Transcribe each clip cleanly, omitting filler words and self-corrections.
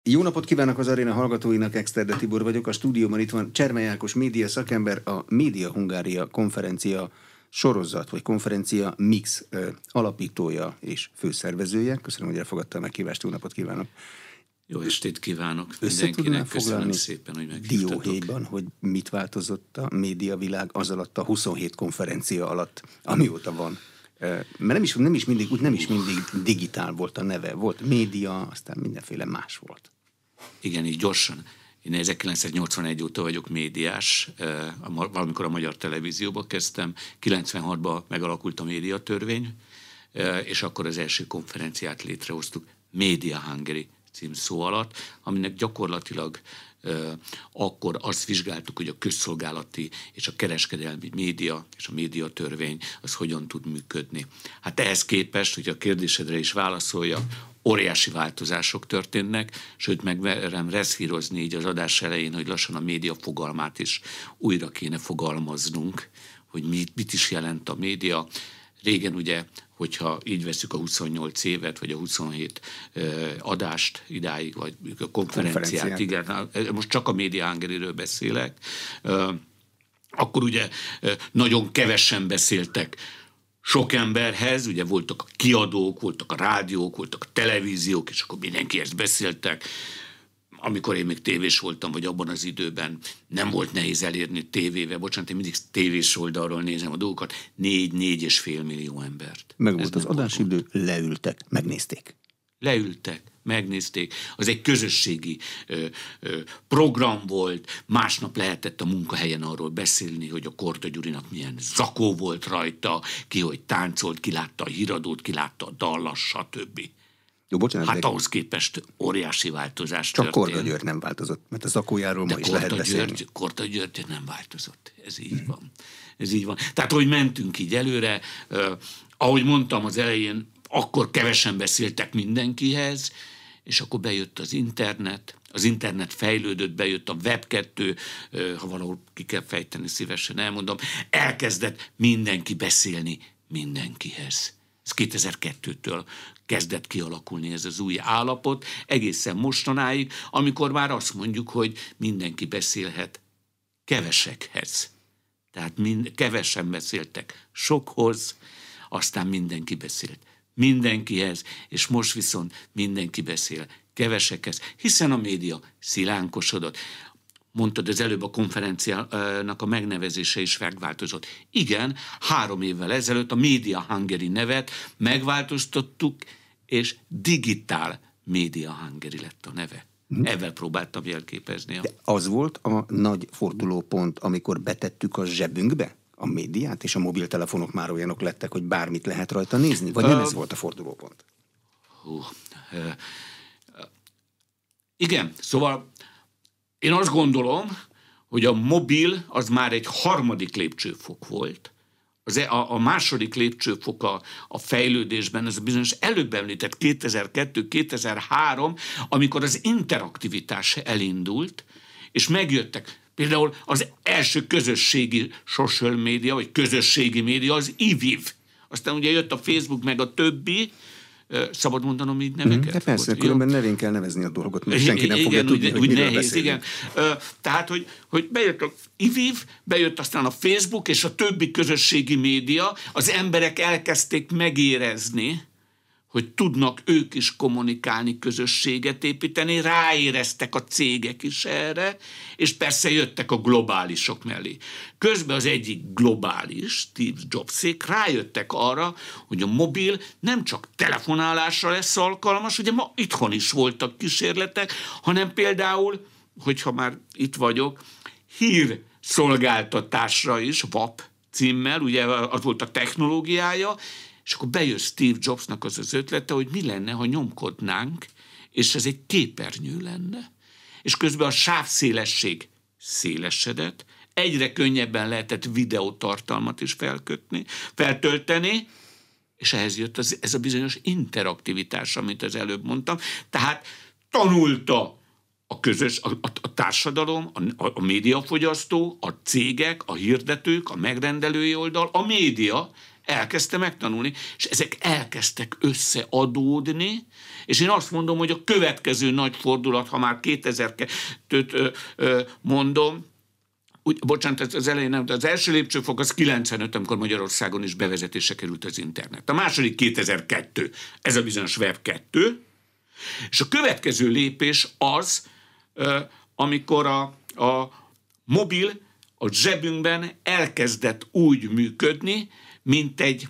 Jó napot kívánok az aréna hallgatóinak, Exterde Tibor vagyok. A stúdióban itt van Csermely Ákos média szakember, a Média Hungária konferencia sorozat, vagy konferencia mix alapítója és főszervezője. Köszönöm, hogy elfogadta a meghívást. Jó napot kívánok. Jó estét kívánok mindenkinek. Köszönöm szépen, hogy meghívtatok. Dióhéjban, hogy mit változott a médiavilág az alatt a 27 konferencia alatt, amióta van. Mert nem is mindig digitál volt a neve. Volt média, aztán mindenféle más volt. Igen, így gyorsan. Én 1981 óta vagyok médiás, valamikor a Magyar Televízióba kezdtem, 96-ban megalakult a médiatörvény, és akkor az első konferenciát létrehoztuk Media Hungary címszó alatt, aminek gyakorlatilag akkor azt vizsgáltuk, hogy a közszolgálati és a kereskedelmi média és a médiatörvény az hogyan tud működni. Hát ehhez képest, hogy a kérdésedre is válaszoljak, óriási változások történnek, sőt megmerem reszfírozni így az adás elején, hogy lassan a média fogalmát is újra kéne fogalmaznunk, hogy mit is jelent a média. Régen ugye, hogyha így veszük a 28 évet, vagy a 27 adást idáig, vagy a konferenciát, igen, most csak a Media Hungary-ről beszélek, akkor ugye nagyon kevesen beszéltek sok emberhez, ugye voltak a kiadók, voltak a rádiók, voltak a televíziók, és akkor mindenki ezt beszéltek. Amikor én még tévés voltam, vagy abban az időben nem volt nehéz elérni tévével, bocsánat, én mindig tévés oldalról nézem a dolgokat, 4,5 millió embert. Meg volt az adásidő, leültek, megnézték. Leültek, megnézték. Az egy közösségi program volt, másnap lehetett a munkahelyen arról beszélni, hogy a Korda Gyurinak milyen zakó volt rajta, ki hogy táncolt, ki látta a híradót, ki látta a dallas, stb. Jó, bocsánat, hát ahhoz képest óriási változás történt. Csak Korda György nem változott, mert a zakójáról ma is lehet beszélni. Korda György nem változott. Ez így van. Ez így van. Tehát, hogy mentünk így előre, ahogy mondtam az elején, akkor kevesen beszéltek mindenkihez, és akkor bejött az internet fejlődött, bejött a Web 2, ha valahol ki kell fejteni, szívesen elmondom, elkezdett mindenki beszélni mindenkihez. Ez 2002-től kezdett kialakulni ez az új állapot, egészen mostanáig, amikor már azt mondjuk, hogy mindenki beszélhet kevesekhez. Tehát kevesen beszéltek sokhoz, aztán mindenki beszélt mindenkihez, és most viszont mindenki beszél kevesekhez, hiszen a média szilánkosodott. Mondtad, az előbb a konferenciának a megnevezése is megváltozott. Igen, 3 évvel ezelőtt a Media Hungary nevet megváltoztattuk, és Digitál Media Hungary lett a neve. Ezzel próbáltam jelképezni. De az volt a nagy fordulópont, amikor betettük a zsebünkbe a médiát, és a mobiltelefonok már olyanok lettek, hogy bármit lehet rajta nézni? Vagy nem ez volt a fordulópont? Igen, szóval én azt gondolom, hogy a mobil az már egy harmadik lépcsőfok volt. A második lépcsőfok a fejlődésben, ez a bizonyos előbb említett 2002-2003, amikor az interaktivitás elindult, és megjöttek. Például az első közösségi social média, vagy közösségi média, az IVIV. Aztán ugye jött a Facebook, meg a többi, szabad mondanom így neveket? De persze, különben nevén kell nevezni a dolgot, mert senki nem fogja tudni, hogy miről nehéz, beszélünk. Igen. Tehát, hogy bejött a IVIV, bejött aztán a Facebook és a többi közösségi média, az emberek elkezdték megérezni, hogy tudnak ők is kommunikálni, közösséget építeni, ráéreztek a cégek is erre, és persze jöttek a globálisok mellé. Közben az egyik globális, Steve Jobsék rájöttek arra, hogy a mobil nem csak telefonálásra lesz alkalmas, ugye ma itthon is voltak kísérletek, hanem például, hogyha már itt vagyok, hírszolgáltatásra is, WAP címmel, ugye az volt a technológiája, és akkor bejött Steve Jobsnak az ötlete, hogy mi lenne, ha nyomkodnánk, és ez egy képernyő lenne. És közben a sávszélesség szélesedett, egyre könnyebben lehetett videótartalmat is feltölteni, és ehhez jött ez a bizonyos interaktivitás, amit az előbb mondtam. Tehát tanulta a társadalom, a médiafogyasztó, a cégek, a hirdetők, a megrendelői oldal, a média elkezdte megtanulni, és ezek elkezdtek összeadódni, és én azt mondom, hogy a következő nagy fordulat, ha már 2002-t mondom, bocsánat, az elején nem, de az első lépcsőfok az 95, amikor Magyarországon is bevezetése került az internet. A második 2002, ez a bizonyos Web 2, és a következő lépés az, amikor a mobil a zsebünkben elkezdett úgy működni, mint egy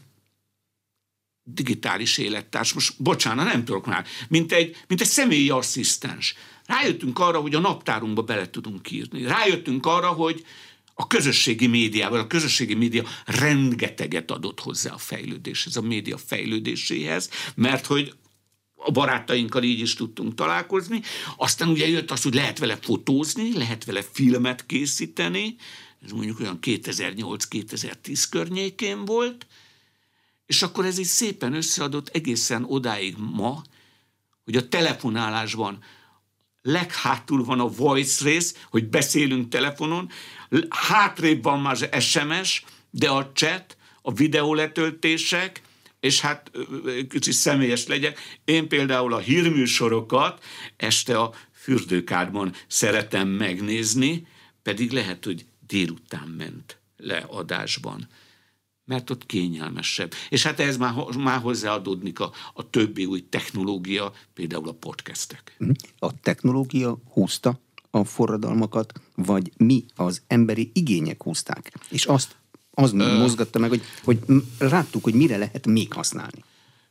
digitális élettárs. Most bocsánat, nem tudok már. Mint egy személyi asszisztens. Rájöttünk arra, hogy a naptárunkba bele tudunk írni. Rájöttünk arra, hogy a közösségi média rengeteget adott hozzá a fejlődéshez, a média fejlődéséhez, mert hogy a barátainkkal így is tudtunk találkozni. Aztán ugye jött az, hogy lehet vele fotózni, lehet vele filmet készíteni, ez mondjuk olyan 2008-2010 környékén volt, és akkor ez így szépen összeadott egészen odáig ma, hogy a telefonálásban leghátul van a voice rész, hogy beszélünk telefonon, hátrébb van már az SMS, de a chat, a videóletöltések, és hát kicsit személyes legyek, én például a hírműsorokat este a fürdőkádban szeretem megnézni, pedig lehet, hogy délután ment le adásban, mert ott kényelmesebb. És hát ez már hozzáadódnik a többi új technológia, például a podcastek. A technológia húzta a forradalmakat, vagy mi az emberi igények húzták? És az mozgatta meg, hogy láttuk, hogy mire lehet még használni.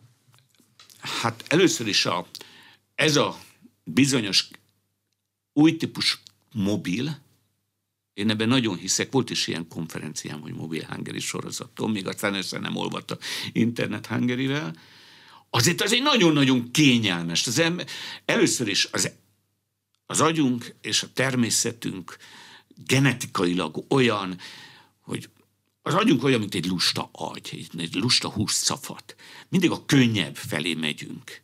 Hát először is ez a bizonyos új típus mobil, én ebben nagyon hiszek, volt is ilyen konferenciám, hogy Mobil Hungary sorozatom, még aztán össze nem olvadt a Internet Hungary-vel. Azért az egy nagyon-nagyon kényelmes. Először is az agyunk és a természetünk genetikailag olyan, hogy az agyunk olyan, mint egy lusta agy, egy lusta hússzafat. Mindig a könnyebb felé megyünk.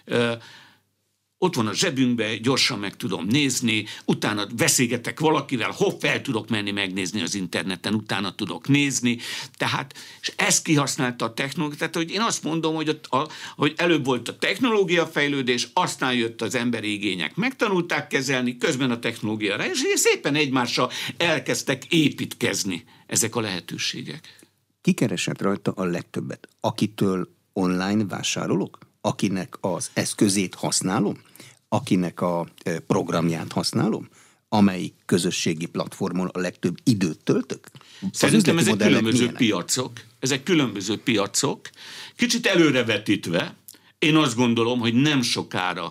Ott van a zsebünkben, gyorsan meg tudom nézni, utána beszélgetek valakivel, fel tudok menni megnézni az interneten, utána tudok nézni. Tehát, és ezt kihasználta a technológia. Tehát, hogy én azt mondom, hogy előbb volt a technológia fejlődés, aztán jött az emberi igények. Megtanulták kezelni, közben a technológiára, és szépen egymásra elkezdtek építkezni ezek a lehetőségek. Ki keresett rajta a legtöbbet? Akitől online vásárolok? Akinek az eszközét használom? Akinek a programját használom? Amelyik közösségi platformon a legtöbb időt töltök? Szerintem ezek különböző piacok. Ezek különböző piacok. Kicsit előrevetítve, én azt gondolom, hogy nem sokára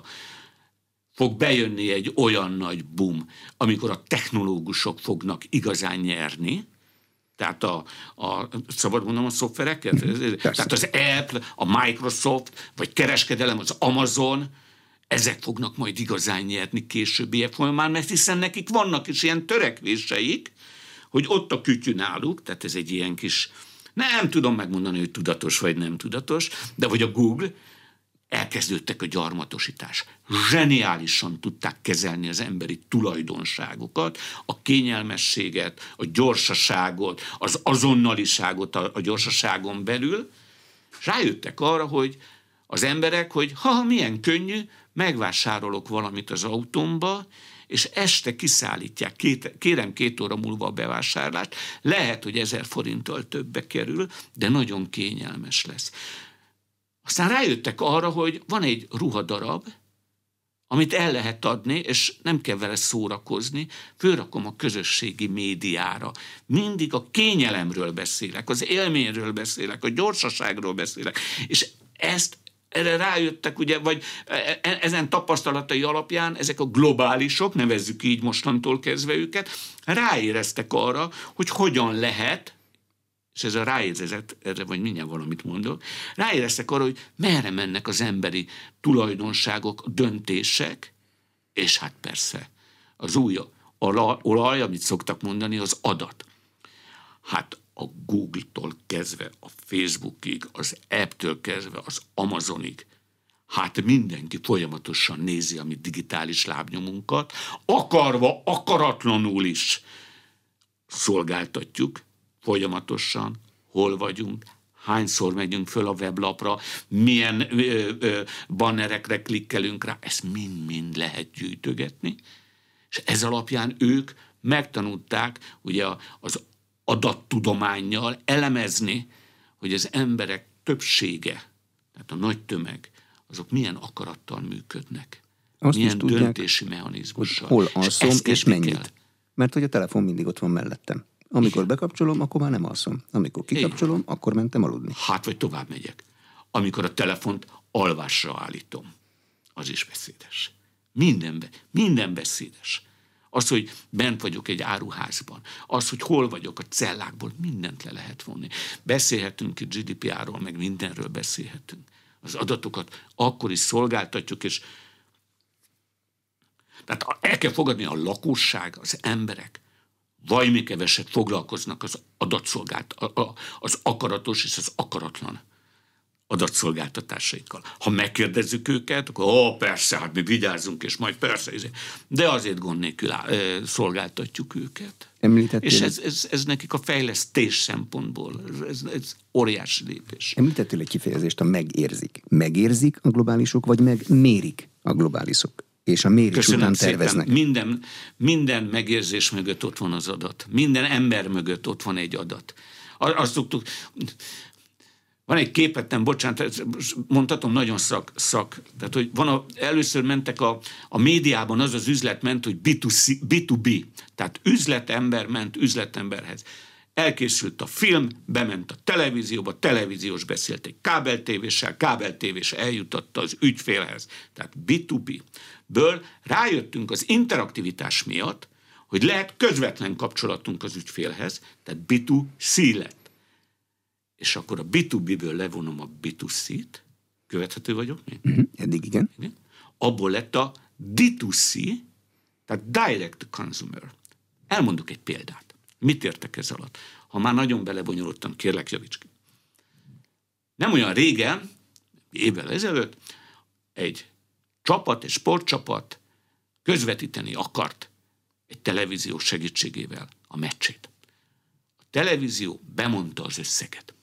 fog bejönni egy olyan nagy boom, amikor a technológusok fognak igazán nyerni, tehát szabad mondom a szoftvereket? Tehát az Apple, a Microsoft, vagy kereskedelem, az Amazon, ezek fognak majd igazán nyerni későbbiek folyamán, mert hiszen nekik vannak is ilyen törekvéseik, hogy ott a kütyű náluk, tehát ez egy ilyen kis, nem tudom megmondani, hogy tudatos vagy nem tudatos, de vagy a Google, elkezdődtek a gyarmatosítás. Zseniálisan tudták kezelni az emberi tulajdonságokat, a kényelmességet, a gyorsaságot, az azonnaliságot a gyorsaságon belül, és rájöttek arra, hogy az emberek, hogy milyen könnyű, megvásárolok valamit az autómba, és este kiszállítják, kérem 2 óra múlva a bevásárlást, lehet, hogy 1000 forinttal többbe kerül, de nagyon kényelmes lesz. Aztán rájöttek arra, hogy van egy ruhadarab, amit el lehet adni, és nem kell vele szórakozni, fölrakom a közösségi médiára. Mindig a kényelemről beszélek, az élményről beszélek, a gyorsaságról beszélek, és erre rájöttek, ugye, vagy ezen tapasztalatai alapján ezek a globálisok, nevezzük így mostantól kezdve őket, ráéreztek arra, hogy hogyan lehet, és ez a ráérzet, erre vagy mindjárt valamit mondok, ráéreztek arra, hogy merre mennek az emberi tulajdonságok, a döntések, és hát persze az új olaj, amit szoktak mondani, az adat. Hát a Google-tól kezdve, a Facebookig, az App-től kezdve, az Amazonig, hát mindenki folyamatosan nézi a mi digitális lábnyomunkat, akarva, akaratlanul is szolgáltatjuk, folyamatosan, hol vagyunk, hányszor megyünk föl a weblapra, milyen bannerekre klikkelünk rá, ezt mind-mind lehet gyűjtögetni, és ez alapján ők megtanulták ugye az adattudománnyal elemezni, hogy az emberek többsége, tehát a nagy tömeg, azok milyen akarattal működnek. Azt milyen döntési mechanizmussal. Hol alszom és mennyit. Mert hogy a telefon mindig ott van mellettem. Amikor bekapcsolom, akkor már nem alszom. Amikor kikapcsolom, akkor mentem aludni. Hát, vagy tovább megyek. Amikor a telefont alvásra állítom, az is beszédes. Minden beszédes. Az, hogy bent vagyok egy áruházban, az, hogy hol vagyok a cellákból, mindent le lehet vonni. Beszélhetünk itt GDPR-ról, meg mindenről beszélhetünk. Az adatokat akkor is szolgáltatjuk, és tehát el kell fogadni, a lakosság, az emberek vajmi keveset foglalkoznak az az akaratos és az akaratlan adatszolgáltatásaikkal. Ha megkérdezzük őket, akkor persze, hát mi vigyázzunk, és majd persze, de azért gond nélkül szolgáltatjuk őket. És ez nekik a fejlesztés szempontból, ez óriási lépés. Említettél egy kifejezést, a megérzik. Megérzik a globálisok, vagy megmérik a globálisok? És a mérés után terveznek. Minden megérzés mögött ott van az adat. Minden ember mögött ott van egy adat. Azt tudtuk, van egy képetem, bocsánat, mondhatom, nagyon szak. Tehát, hogy először mentek a médiában az üzlet ment, hogy B2B. Tehát üzletember ment üzletemberhez. Elkészült a film, bement a televízióba, televíziós beszélt egy kábeltévéssel, kábeltévés eljutatta az ügyfélhez. Tehát B2B-ből rájöttünk az interaktivitás miatt, hogy lehet közvetlen kapcsolatunk az ügyfélhez, tehát B2C lett. És akkor a B2B-ből levonom a B2C-t, követhető vagyok még? Eddig igen. Abból lett a D2C, tehát Direct to Consumer. Elmondok egy példát. Mit értek ez alatt? Ha már nagyon belebonyolultam, kérlek, javíts ki. Nem olyan régen, évvel ezelőtt, egy csapat, egy sportcsapat közvetíteni akart egy televízió segítségével a meccsét. A televízió bemondta az összeget.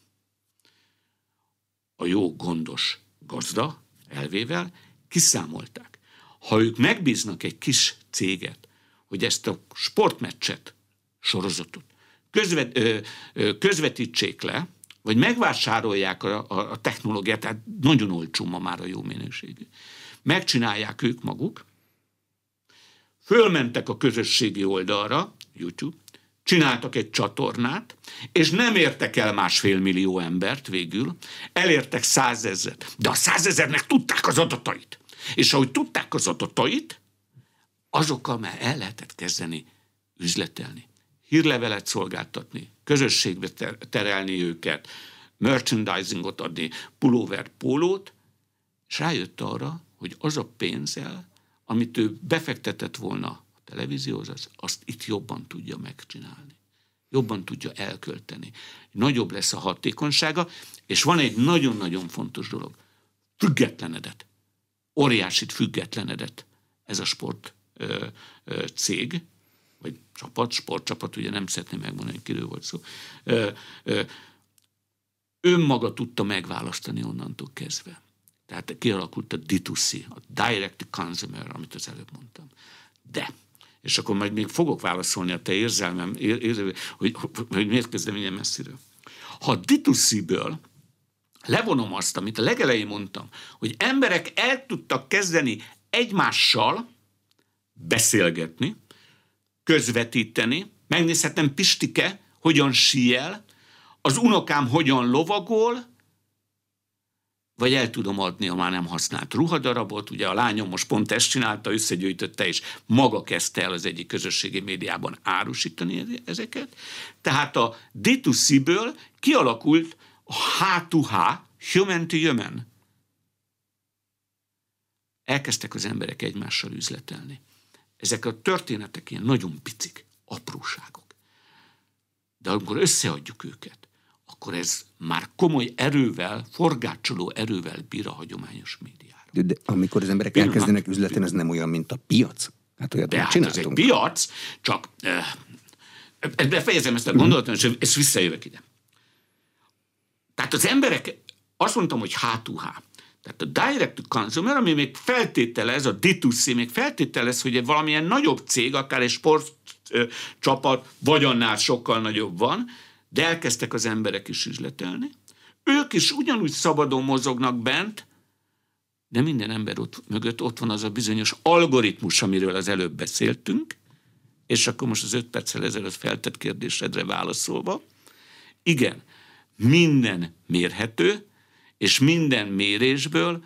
A jó, gondos gazda elvével kiszámolták. Ha ők megbíznak egy kis céget, hogy ezt a sportmeccset, sorozatot közvetítsék le, vagy megvásárolják a technológiát, tehát nagyon olcsó ma már a jó minőségű. Megcsinálják ők maguk, fölmentek a közösségi oldalra, YouTube, csináltak egy csatornát, és nem értek el 1,5 millió embert végül, elértek 100 000-et. De a 100 000-nek tudták az adatait. És ahogy tudták az adatait, azokkal már el lehetett kezdeni üzletelni. Hírlevelet szolgáltatni, közösségbe terelni őket, merchandisingot adni, pulóvert, pólót, és rájött arra, hogy az a pénzzel, amit ő befektetett volna a televízióhoz, azt itt jobban tudja megcsinálni. Jobban tudja elkölteni. Nagyobb lesz a hatékonysága, és van egy nagyon-nagyon fontos dolog. Függetlenedett. Óriásit függetlenedett ez a sport cég, vagy sportcsapat, ugye nem szeretném megmondani, hogy kiről volt szó. Önmaga tudta megválasztani onnantól kezdve. Tehát kialakult a D2C, a Direct Consumer, amit az előbb mondtam. De, és akkor majd még fogok válaszolni a te érzelmem, hogy miért kezdem ilyen messziről. Ha a D2C-ből levonom azt, amit a legelején mondtam, hogy emberek el tudtak kezdeni egymással beszélgetni, közvetíteni, megnézhetem Pistike, hogyan síel, az unokám hogyan lovagol, vagy el tudom adni a már nem használt ruhadarabot. Ugye a lányom most pont ezt csinálta, összegyűjtötte, és maga kezdte el az egyik közösségi médiában árusítani ezeket. Tehát a D2C-ből kialakult a H2H, Human to Human. Elkezdtek az emberek egymással üzletelni. Ezek a történetek ilyen nagyon picik, apróságok. De amikor összeadjuk őket, akkor ez már komoly erővel, forgácsoló erővel bír a hagyományos médiára. De amikor az emberek elkezdenek üzletelni, ez nem olyan, mint a piac? Hát olyat de hát ez egy piac, csak befejezem ezt a gondolatot, és ezt visszajövök ide. Tehát az emberek, azt mondtam, hogy H2H. Tehát a direct to consumer, ami még feltételez, a D2C még feltételez, hogy valamilyen nagyobb cég, akár egy sportcsapat, vagy annál sokkal nagyobb van, de elkezdtek az emberek is üzletelni. Ők is ugyanúgy szabadon mozognak bent, de minden ember mögött ott van az a bizonyos algoritmus, amiről az előbb beszéltünk, és akkor most az 5 perccel ezelőtt feltett kérdésedre válaszolva, igen, minden mérhető, és minden mérésből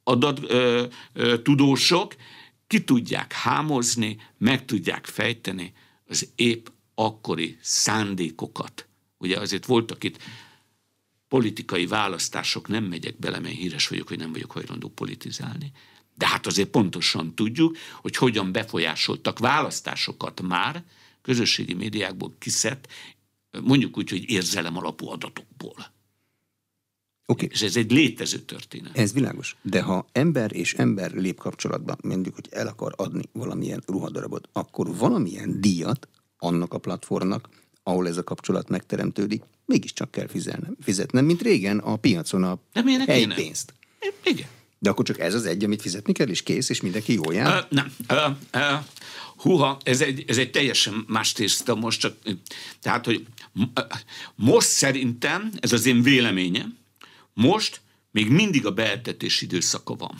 tudósok ki tudják hámozni, meg tudják fejteni az épp akkori szándékokat. Ugye azért voltak itt politikai választások, nem megyek bele, mert híres vagyok, hogy nem vagyok hajlandó politizálni. De hát azért pontosan tudjuk, hogy hogyan befolyásoltak választásokat már közösségi médiákból kiszedett, mondjuk úgy, hogy érzelem alapú adatokból. Okay. És ez egy létező történet. Ez világos. De ha ember és ember lép kapcsolatba, mondjuk, hogy el akar adni valamilyen ruhadarabot, akkor valamilyen díjat annak a platformnak, ahol ez a kapcsolat megteremtődik, mégiscsak kell fizetnem, mint régen a piacon a helypénzt. Igen. De akkor csak ez az egy, amit fizetni kell, és kész, és mindenki jól jár? Nem. Húha, ez egy teljesen más tészta most csak. Tehát, hogy most szerintem, ez az én véleményem, most még mindig a beeltetés időszaka van.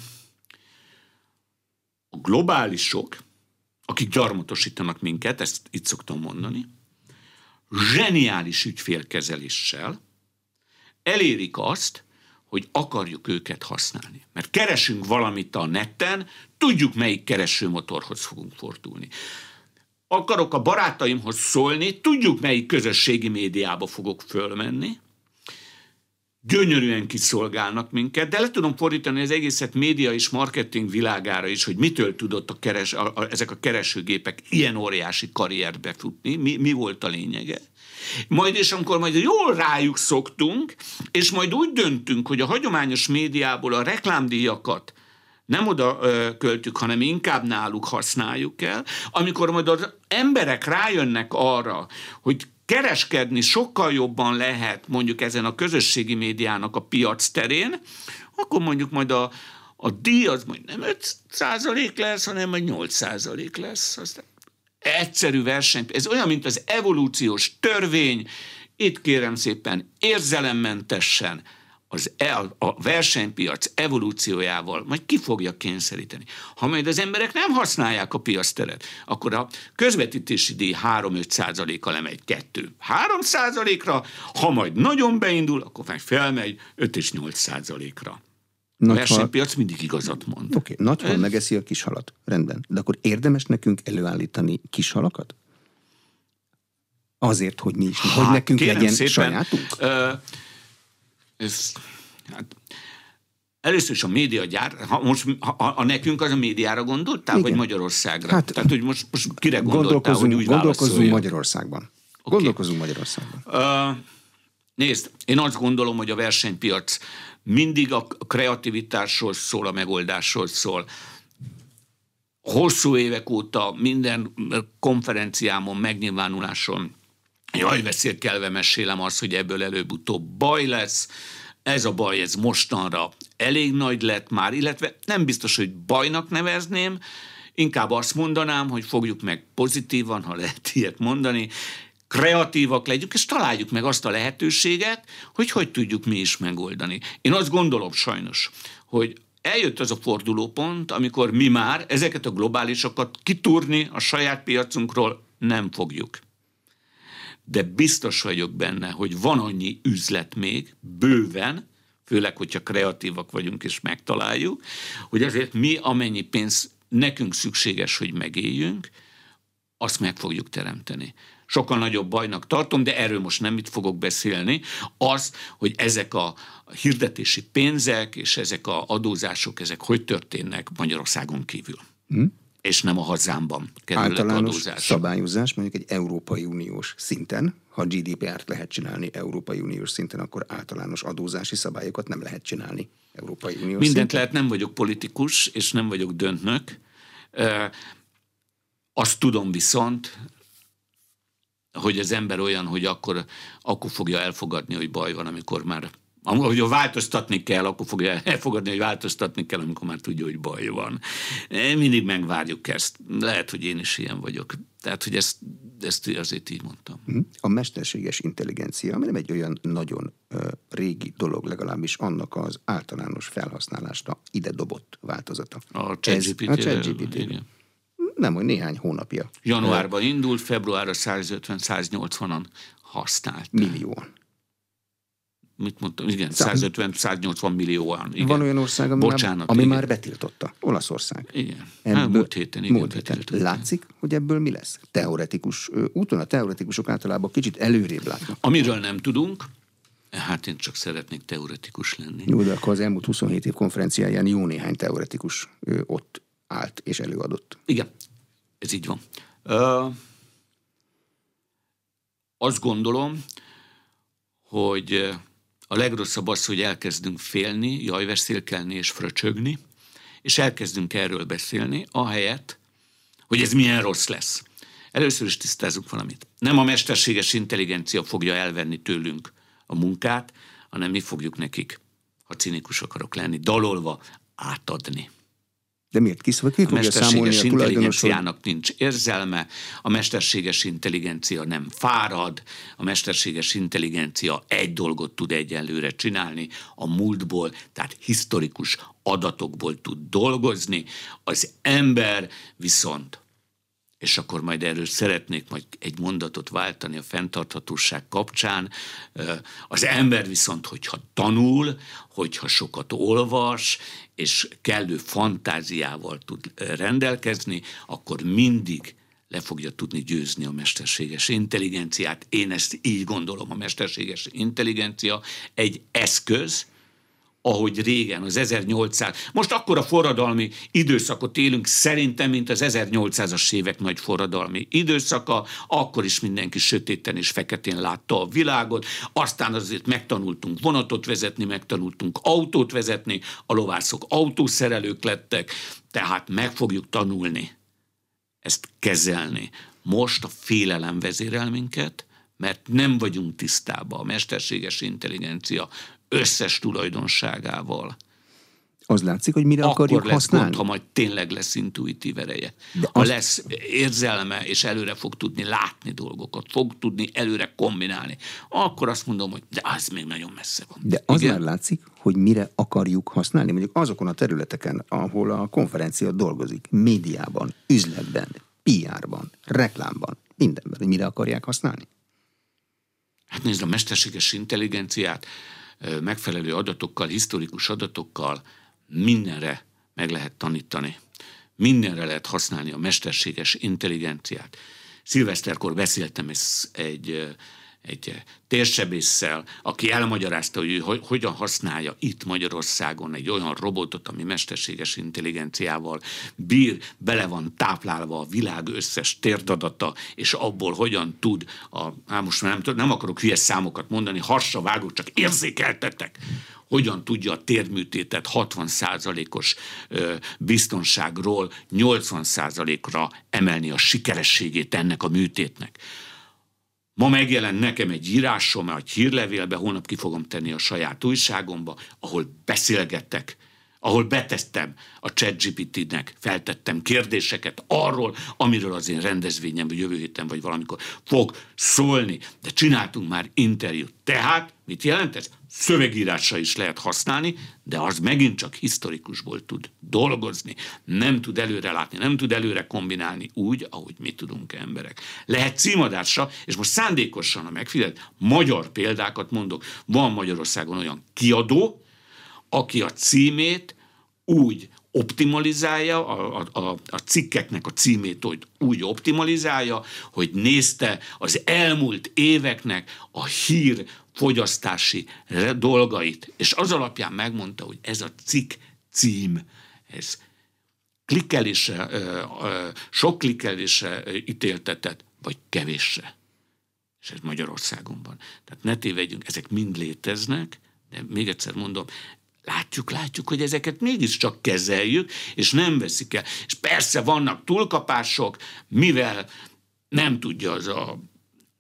A globálisok, akik gyarmatosítanak minket, ezt itt szoktam mondani, zseniális ügyfélkezeléssel elérik azt, hogy akarjuk őket használni. Mert keresünk valamit a netten, tudjuk, melyik keresőmotorhoz fogunk fordulni. Akarok a barátaimhoz szólni, tudjuk, melyik közösségi médiába fogok fölmenni. Gyönyörűen kiszolgálnak minket, de le tudom fordítani az egészet média és marketing világára is, hogy mitől tudott ezek a keresőgépek ilyen óriási karriert befutni, mi volt a lényege. Majd és amikor majd jól rájuk szoktunk, és majd úgy döntünk, hogy a hagyományos médiából a reklámdíjakat nem oda költjük, hanem inkább náluk használjuk el, amikor majd az emberek rájönnek arra, hogy kereskedni sokkal jobban lehet mondjuk ezen a közösségi médiának a piac terén, akkor mondjuk majd a díj az majd nem 5% lesz, hanem majd 8% lesz. Aztán egyszerű verseny. Ez olyan, mint az evolúciós törvény. Itt kérem szépen érzelemmentesen a versenypiac evolúciójával majd ki fogja kényszeríteni. Ha majd az emberek nem használják a piacteret, akkor a közvetítési díj 3-5%-a lemegy 2-3%-ra, ha majd nagyon beindul, akkor meg felmegy 5-8%-ra. A versenypiac mindig igazat mond. Oké, nagyhal megeszi a kishalat. Rendben. De akkor érdemes nekünk előállítani kishalakat? Azért, hogy mi is, hogy nekünk legyen szépen, sajátunk? Először is a médiagyár, ha nekünk az a médiára gondoltál, igen, vagy Magyarországra? Hát, tehát, hogy most kire gondoltál, hogy úgy gondolkozzunk Magyarországban. Okay. Gondolkozunk Magyarországban. Nézd, én azt gondolom, hogy a versenypiac mindig a kreativitásról szól, a megoldásról szól. Hosszú évek óta minden konferenciámon, megnyilvánuláson jajveszélkelve mesélem azt, hogy ebből előbb-utóbb baj lesz. Ez a baj, ez mostanra elég nagy lett már, illetve nem biztos, hogy bajnak nevezném, inkább azt mondanám, hogy fogjuk meg pozitívan, ha lehet ilyet mondani, kreatívak legyünk, és találjuk meg azt a lehetőséget, hogy tudjuk mi is megoldani. Én azt gondolom sajnos, hogy eljött az a fordulópont, amikor mi már ezeket a globálisokat kitúrni a saját piacunkról nem fogjuk. De biztos vagyok benne, hogy van annyi üzlet még, bőven, főleg, hogyha kreatívak vagyunk és megtaláljuk, hogy azért mi, amennyi pénz nekünk szükséges, hogy megéljünk, azt meg fogjuk teremteni. Sokkal nagyobb bajnak tartom, de erről most nem itt fogok beszélni, az, hogy ezek a hirdetési pénzek és ezek az adózások, ezek hogy történnek Magyarországon kívül. És nem a hazámban kerülnek általános adózások. Szabályozás, mondjuk egy Európai Uniós szinten, ha GDPR-t lehet csinálni Európai Uniós szinten, akkor általános adózási szabályokat nem lehet csinálni Európai Uniós Mindent szinten. lehet, nem vagyok politikus, és nem vagyok döntnök. Azt tudom viszont, hogy az ember olyan, hogy akkor fogja elfogadni, hogy baj van, amikor már Ahogy változtatni kell, akkor fogja elfogadni, hogy változtatni kell, amikor már tudja, hogy baj van. Mindig megvárjuk ezt. Lehet, hogy én is ilyen vagyok. Tehát, hogy ezt azért így mondtam. A mesterséges intelligencia, ami nem egy olyan nagyon régi dolog, legalábbis annak az általános felhasználásra ide dobott változata. A ChatGPT. Nem, hogy néhány hónapja. Januárban indult, februárra 150-180-an használták. Millióan. Mit mondtam? Igen, 150-180 millióan. Igen. Van olyan ország, ami már betiltotta. Olaszország. Igen. Múlt héten látszik, hogy ebből mi lesz? Teoretikus úton, a teoretikusok általában kicsit előrébb látnak. Amiről nem tudunk, hát én csak szeretnék teoretikus lenni. Jó, de akkor az elmúlt 27 év konferenciáján jó néhány teoretikus ott állt és előadott. Igen, ez így van. Azt gondolom, hogy a legrosszabb az, hogy elkezdünk félni, jajveszélkelni és fröcsögni, és elkezdünk erről beszélni, ahelyett, hogy ez milyen rossz lesz. Először is tisztázzuk valamit. Nem a mesterséges intelligencia fogja elvenni tőlünk a munkát, hanem mi fogjuk nekik, ha cinikus akarok lenni, dalolva átadni. De miért? A mesterséges intelligenciának nincs érzelme, a mesterséges intelligencia nem fárad, a mesterséges intelligencia egy dolgot tud egyenlőre csinálni, a múltból, tehát historikus adatokból tud dolgozni, az ember viszont, és akkor majd erről szeretnék majd egy mondatot váltani a fenntarthatóság kapcsán, az ember viszont, hogyha tanul, hogyha sokat olvas, és kellő fantáziával tud rendelkezni, akkor mindig le fogja tudni győzni a mesterséges intelligenciát. Én ezt így gondolom, a mesterséges intelligencia egy eszköz, ahogy régen, az 1800... Most akkora forradalmi időszakot élünk szerintem, mint az 1800-as évek nagy forradalmi időszaka, akkor is mindenki sötéten és feketén látta a világot, aztán azért megtanultunk vonatot vezetni, megtanultunk autót vezetni, a lovászok autószerelők lettek, tehát meg fogjuk tanulni ezt kezelni. Most a félelem vezérel minket, mert nem vagyunk tisztában a mesterséges intelligencia összes tulajdonságával. Az látszik, hogy mire akarjuk akkor lesz használni? Gond, ha majd tényleg lesz intuitív ereje. Ha lesz érzelme, és előre fog tudni látni dolgokat, fog tudni előre kombinálni, akkor azt mondom, hogy de az még nagyon messze van. De az már látszik, hogy mire akarjuk használni. Mondjuk azokon a területeken, ahol a konferencia dolgozik, médiában, üzletben, PR-ban, reklámban, mindenben, hogy mire akarják használni? Hát nézd, a mesterséges intelligenciát megfelelő adatokkal, historikus adatokkal mindenre meg lehet tanítani. Mindenre lehet használni a mesterséges intelligenciát. Szilveszterkor beszéltem egy térsebésszel, aki elmagyarázta, hogy hogyan használja itt Magyarországon egy olyan robotot, ami mesterséges intelligenciával bír, bele van táplálva a világ összes térdadata, és abból hogyan tud, most már nem akarok hülyes számokat mondani, hasra vágok, csak érzékeltetek, hogyan tudja a térműtétet 60%-os biztonságról 80%-ra emelni a sikerességét ennek a műtétnek. Ma megjelent nekem egy írásom, egy hírlevélbe, holnap ki fogom tenni a saját újságomba, ahol beszélgettek, ahol betesztem a ChatGPT-nek, feltettem kérdéseket arról, amiről az én rendezvényem jövő héten vagy valamikor fog szólni, de csináltunk már interjút. Tehát mit jelent ez? Szövegírásra is lehet használni, de az megint csak historikusból tud dolgozni, nem tud előre látni, nem tud előre kombinálni úgy, ahogy mi tudunk emberek. Lehet címadásra, és most szándékosan, ha megfigyeled, magyar példákat mondok, van Magyarországon olyan kiadó, aki a címét úgy optimalizálja, a cikkeknek a címét úgy optimalizálja, hogy nézte az elmúlt éveknek a hír fogyasztási dolgait, és az alapján megmondta, hogy ez a cikk cím, ez klikkelésre, sok klikkelésre ítéltetett, vagy kevésre. És ez Magyarországon van. Tehát ne tévedjünk, ezek mind léteznek, de még egyszer mondom, Látjuk, hogy ezeket mégiscsak kezeljük, és nem veszik el. És persze vannak túlkapások, mivel nem tudja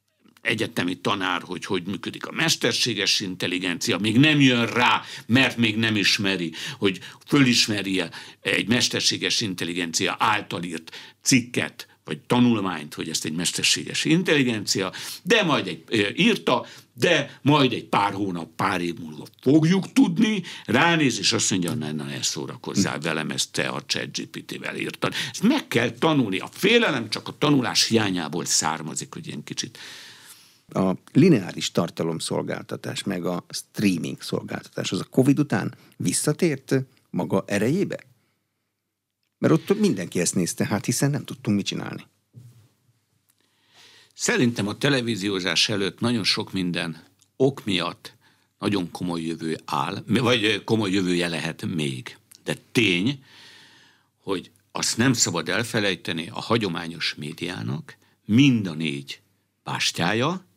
egyetemi tanár, hogy működik a mesterséges intelligencia, még nem jön rá, mert még nem ismeri, hogy fölismerje egy mesterséges intelligencia által írt cikket, vagy tanulmányt, hogy ezt egy mesterséges intelligencia, de majd írta, de majd egy pár hónap, pár év múlva fogjuk tudni, ránéz, és azt mondja, ne szórakozzál velem, ezt te a ChatGPT-vel írtad. Ezt meg kell tanulni. A félelem csak a tanulás hiányából származik, hogy ilyen kicsit. A lineáris tartalomszolgáltatás, meg a streaming szolgáltatás, az a Covid után visszatért maga erejébe? Mert ott mindenki ezt nézte, hát hiszen nem tudtunk mit csinálni. Szerintem a televíziózás előtt nagyon sok minden ok miatt nagyon komoly jövő áll, vagy komoly jövője lehet még. De tény, hogy azt nem szabad elfelejteni, a hagyományos médiának mind a 4 bástyája,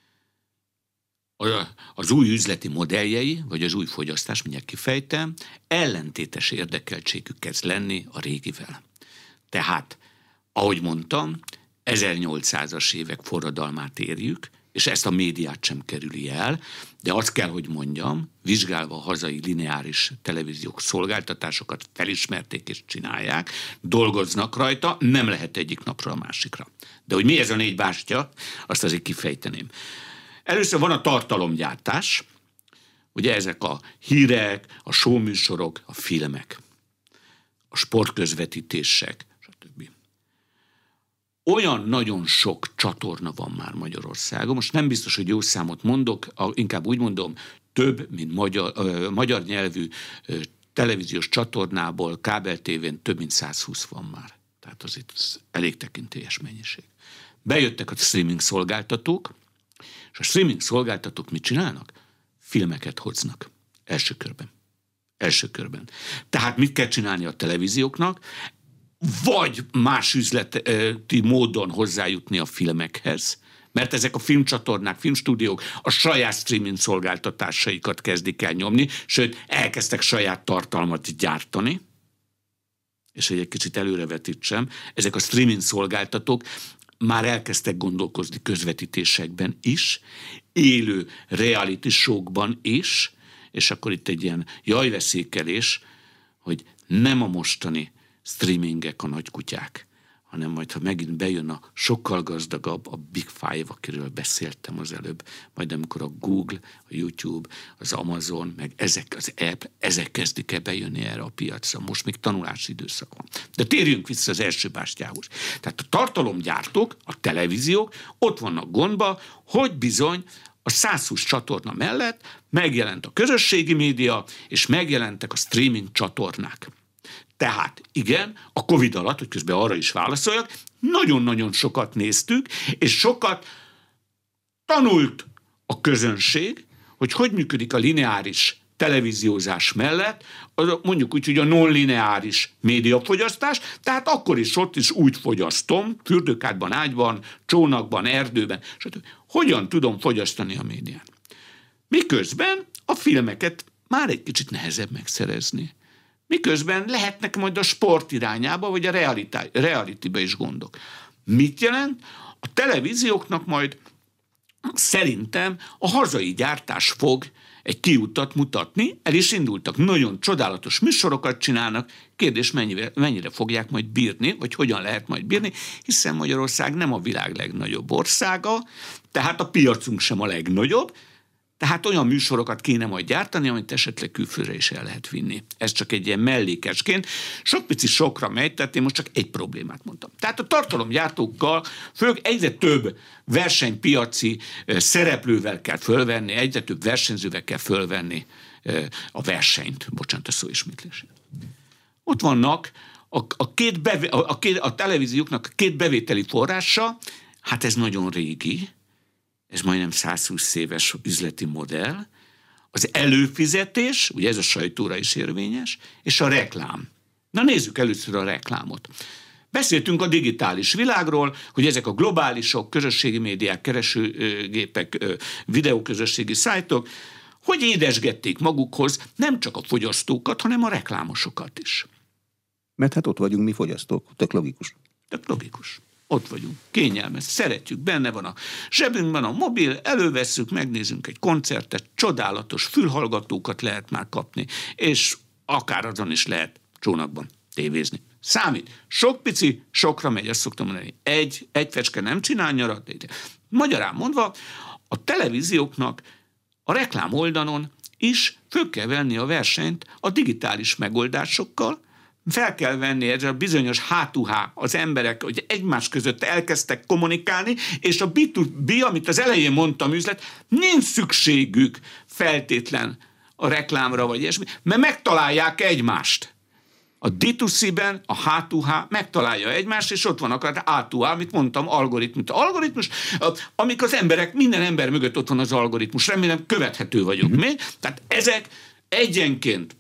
az új üzleti modelljei, vagy az új fogyasztás, mindjárt kifejtem, ellentétes érdekeltségük kezd lenni a régivel. Tehát, ahogy mondtam, 1800-as évek forradalmát érjük, és ezt a médiát sem kerüli el, de azt kell, hogy mondjam, vizsgálva a hazai lineáris televíziók szolgáltatásokat felismerték és csinálják, dolgoznak rajta, nem lehet egyik napra a másikra. De hogy mi ez a 4 bástya, azt azért kifejteném. Először van a tartalomgyártás, ugye ezek a hírek, a showműsorok, a filmek, a sportközvetítések, stb. Olyan nagyon sok csatorna van már Magyarországon, most nem biztos, hogy jó számot mondok, inkább úgy mondom, több, mint magyar nyelvű televíziós csatornából, kábeltévén több mint 120 van már. Tehát az itt elég tekintélyes mennyiség. Bejöttek a streaming szolgáltatók, és a streaming szolgáltatók mit csinálnak? Filmeket hoznak. Első körben. Tehát mit kell csinálni a televízióknak? Vagy más üzleti módon hozzájutni a filmekhez, mert ezek a filmcsatornák, filmstúdiók a saját streaming szolgáltatásaikat kezdik el nyomni, sőt, elkezdtek saját tartalmat gyártani, és hogy egy kicsit előrevetítsem, ezek a streaming szolgáltatók már elkezdtek gondolkozni közvetítésekben is, élő reality showkban is, és akkor itt egy ilyen jajveszékelés, hogy nem a mostani streamingek a nagykutyák, hanem majd, ha megint bejön a sokkal gazdagabb, a Big Five, akiről beszéltem az előbb, majd amikor a Google, a YouTube, az Amazon, meg ezek az app, ezek kezdik el bejönni erre a piacra. Most még tanulási időszak van. De térjünk vissza az első bástyához. Tehát a tartalomgyártók, a televíziók ott vannak gondba, hogy bizony a 120 csatorna mellett megjelent a közösségi média, és megjelentek a streaming csatornák. Tehát igen, a Covid alatt, hogy közben arra is válaszoljak, nagyon-nagyon sokat néztük, és sokat tanult a közönség, hogy működik a lineáris televíziózás mellett, mondjuk úgy, hogy a non-lineáris médiafogyasztás, tehát akkor is ott is úgy fogyasztom, fürdőkádban, ágyban, csónakban, erdőben, stb. Hogyan tudom fogyasztani a médiát? Miközben a filmeket már egy kicsit nehezebb megszerezni. Miközben lehetnek majd a sport irányába, vagy a realitybe is gondok. Mit jelent? A televízióknak majd szerintem a hazai gyártás fog egy kiutat mutatni, el is indultak. Nagyon csodálatos műsorokat csinálnak, kérdés mennyire fogják majd bírni, vagy hogyan lehet majd bírni, hiszen Magyarország nem a világ legnagyobb országa, tehát a piacunk sem a legnagyobb, tehát olyan műsorokat kéne majd gyártani, amit esetleg külföldre is el lehet vinni. Ez csak egy ilyen mellékesként. Sok pici sokra megy, tehát én most csak egy problémát mondtam. Tehát a tartalomgyártókkal főleg egyre több versenypiaci szereplővel kell fölvenni, egyre több versenyzővel kell fölvenni a versenyt. Bocsánat a szóismétlését. Ott vannak a televízióknak a 2 bevételi forrása, hát ez nagyon régi, ez majdnem 120 éves üzleti modell, az előfizetés, ugye ez a sajtóra is érvényes, és a reklám. Na nézzük először a reklámot. Beszéltünk a digitális világról, hogy ezek a globálisok, közösségi médiák, keresőgépek, videóközösségi szájtok, hogy édesgették magukhoz nem csak a fogyasztókat, hanem a reklámosokat is. Mert hát ott vagyunk mi fogyasztók, tök logikus. Tök logikus. ott vagyunk, kényelmes, szeretjük, benne van a zsebünkben a mobil, elővesszük, megnézünk egy koncertet, csodálatos fülhallgatókat lehet már kapni, és akár azon is lehet csónakban tévézni. Számít. Sok pici, sokra megy, ezt szoktam mondani. Egy fecske nem csinál nyarat. Magyarán mondva, a televízióknak a reklám oldalon is föl kell venni a versenyt a digitális megoldásokkal, fel kell venni ez a bizonyos H2H, az emberek, hogy egymás között elkezdtek kommunikálni, és a B2B, amit az elején mondtam, üzlet, nincs szükségük feltétlen a reklámra, vagy ilyesmi, mert megtalálják egymást. A D2C-ben a H2H megtalálja egymást, és ott van a A2H, amit mondtam, algoritmus, amik az emberek, minden ember mögött ott van az algoritmus. Remélem követhető vagyok. Tehát ezek egyenként,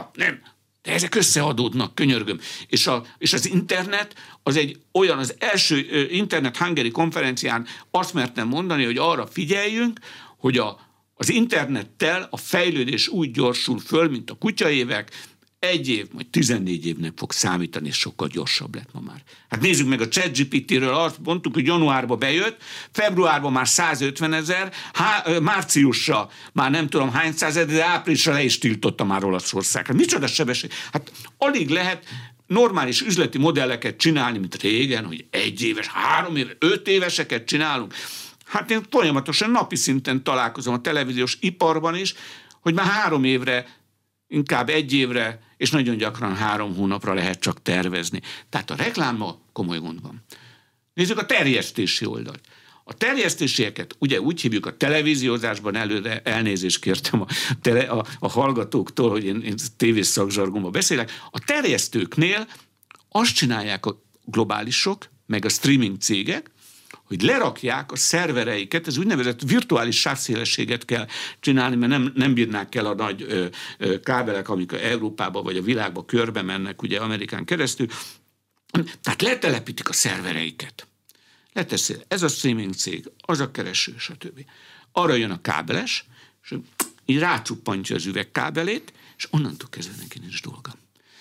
de ezek összeadódnak, könyörgöm. És az internet, az egy olyan, az első Internet Hungary konferencián azt mertem mondani, hogy arra figyeljünk, hogy az internettel a fejlődés úgy gyorsul föl, mint a kutyaévek, 1 év, majd 14 évnek fog számítani, és sokkal gyorsabb lett ma már. Hát nézzük meg a ChatGPT-ről, azt mondtuk, hogy januárban bejött, februárban már 150 000, márciusra már nem tudom hány százezer, de áprilisra le is tiltotta már Olaszország. Hát micsoda sebesség? Hát alig lehet normális üzleti modelleket csinálni, mint régen, hogy 1 éves, 3 éves, 5 éveseket csinálunk. Hát én folyamatosan napi szinten találkozom a televíziós iparban is, hogy már 3 évre, inkább 1 évre, és nagyon gyakran 3 hónapra lehet csak tervezni. Tehát a reklámmal komoly gond van. Nézzük a terjesztési oldalt. A terjesztésieket ugye úgy hívjuk a televíziózásban, előre elnézést kértem a hallgatóktól, hogy én tévés szakzsargonban beszélek. A terjesztőknél azt csinálják a globálisok, meg a streaming cégek, hogy lerakják a szervereiket, ez úgynevezett virtuális sávszélességet kell csinálni, mert nem bírnák el a nagy kábelek, amik Európába vagy a világba körbe mennek, ugye Amerikán keresztül. Tehát letelepítik a szervereiket. Leteszi, ez a streaming cég, az a kereső, stb. Arra jön a kábeles, és így rácuppantja az üvegkábelét, és onnantól kezdve neki nincs dolga.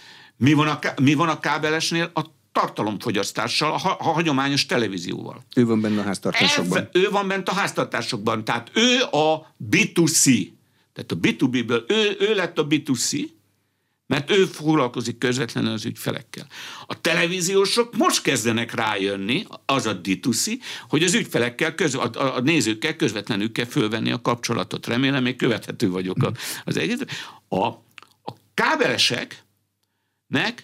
Mi van a kábelesnél? A tartalomfogyasztással, a hagyományos televízióval. Ő van benne a háztartásokban. Ő van benne a háztartásokban, tehát ő a B2C. Tehát a B2B-ből ő lett a B2C, mert ő foglalkozik közvetlenül az ügyfelekkel. A televíziósok most kezdenek rájönni, az a D2C, hogy az ügyfelekkel, a nézőkkel közvetlenül kell fölvenni a kapcsolatot. Remélem, még követhető vagyok az egész. A kábeleseknek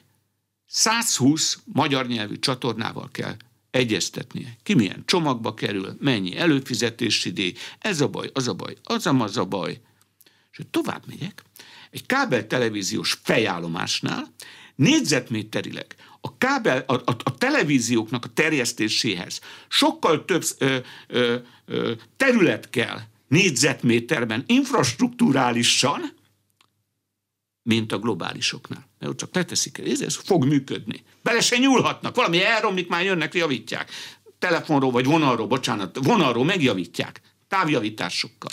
120 magyar nyelvű csatornával kell egyeztetnie. Ki milyen csomagba kerül, mennyi előfizetési díj, ez a baj, az a baj, az a baj. És tovább megyek, egy kábel televíziós fejállomásnál négyzetméterileg a televízióknak a terjesztéséhez sokkal több terület kell négyzetméterben infrastrukturálisan, mint a globálisoknál. Mert ott csak leteszik el, ez fog működni. Bele se nyúlhatnak, valami elromlik, már jönnek, javítják. Telefonról vagy vonalról megjavítják. Távjavításokkal.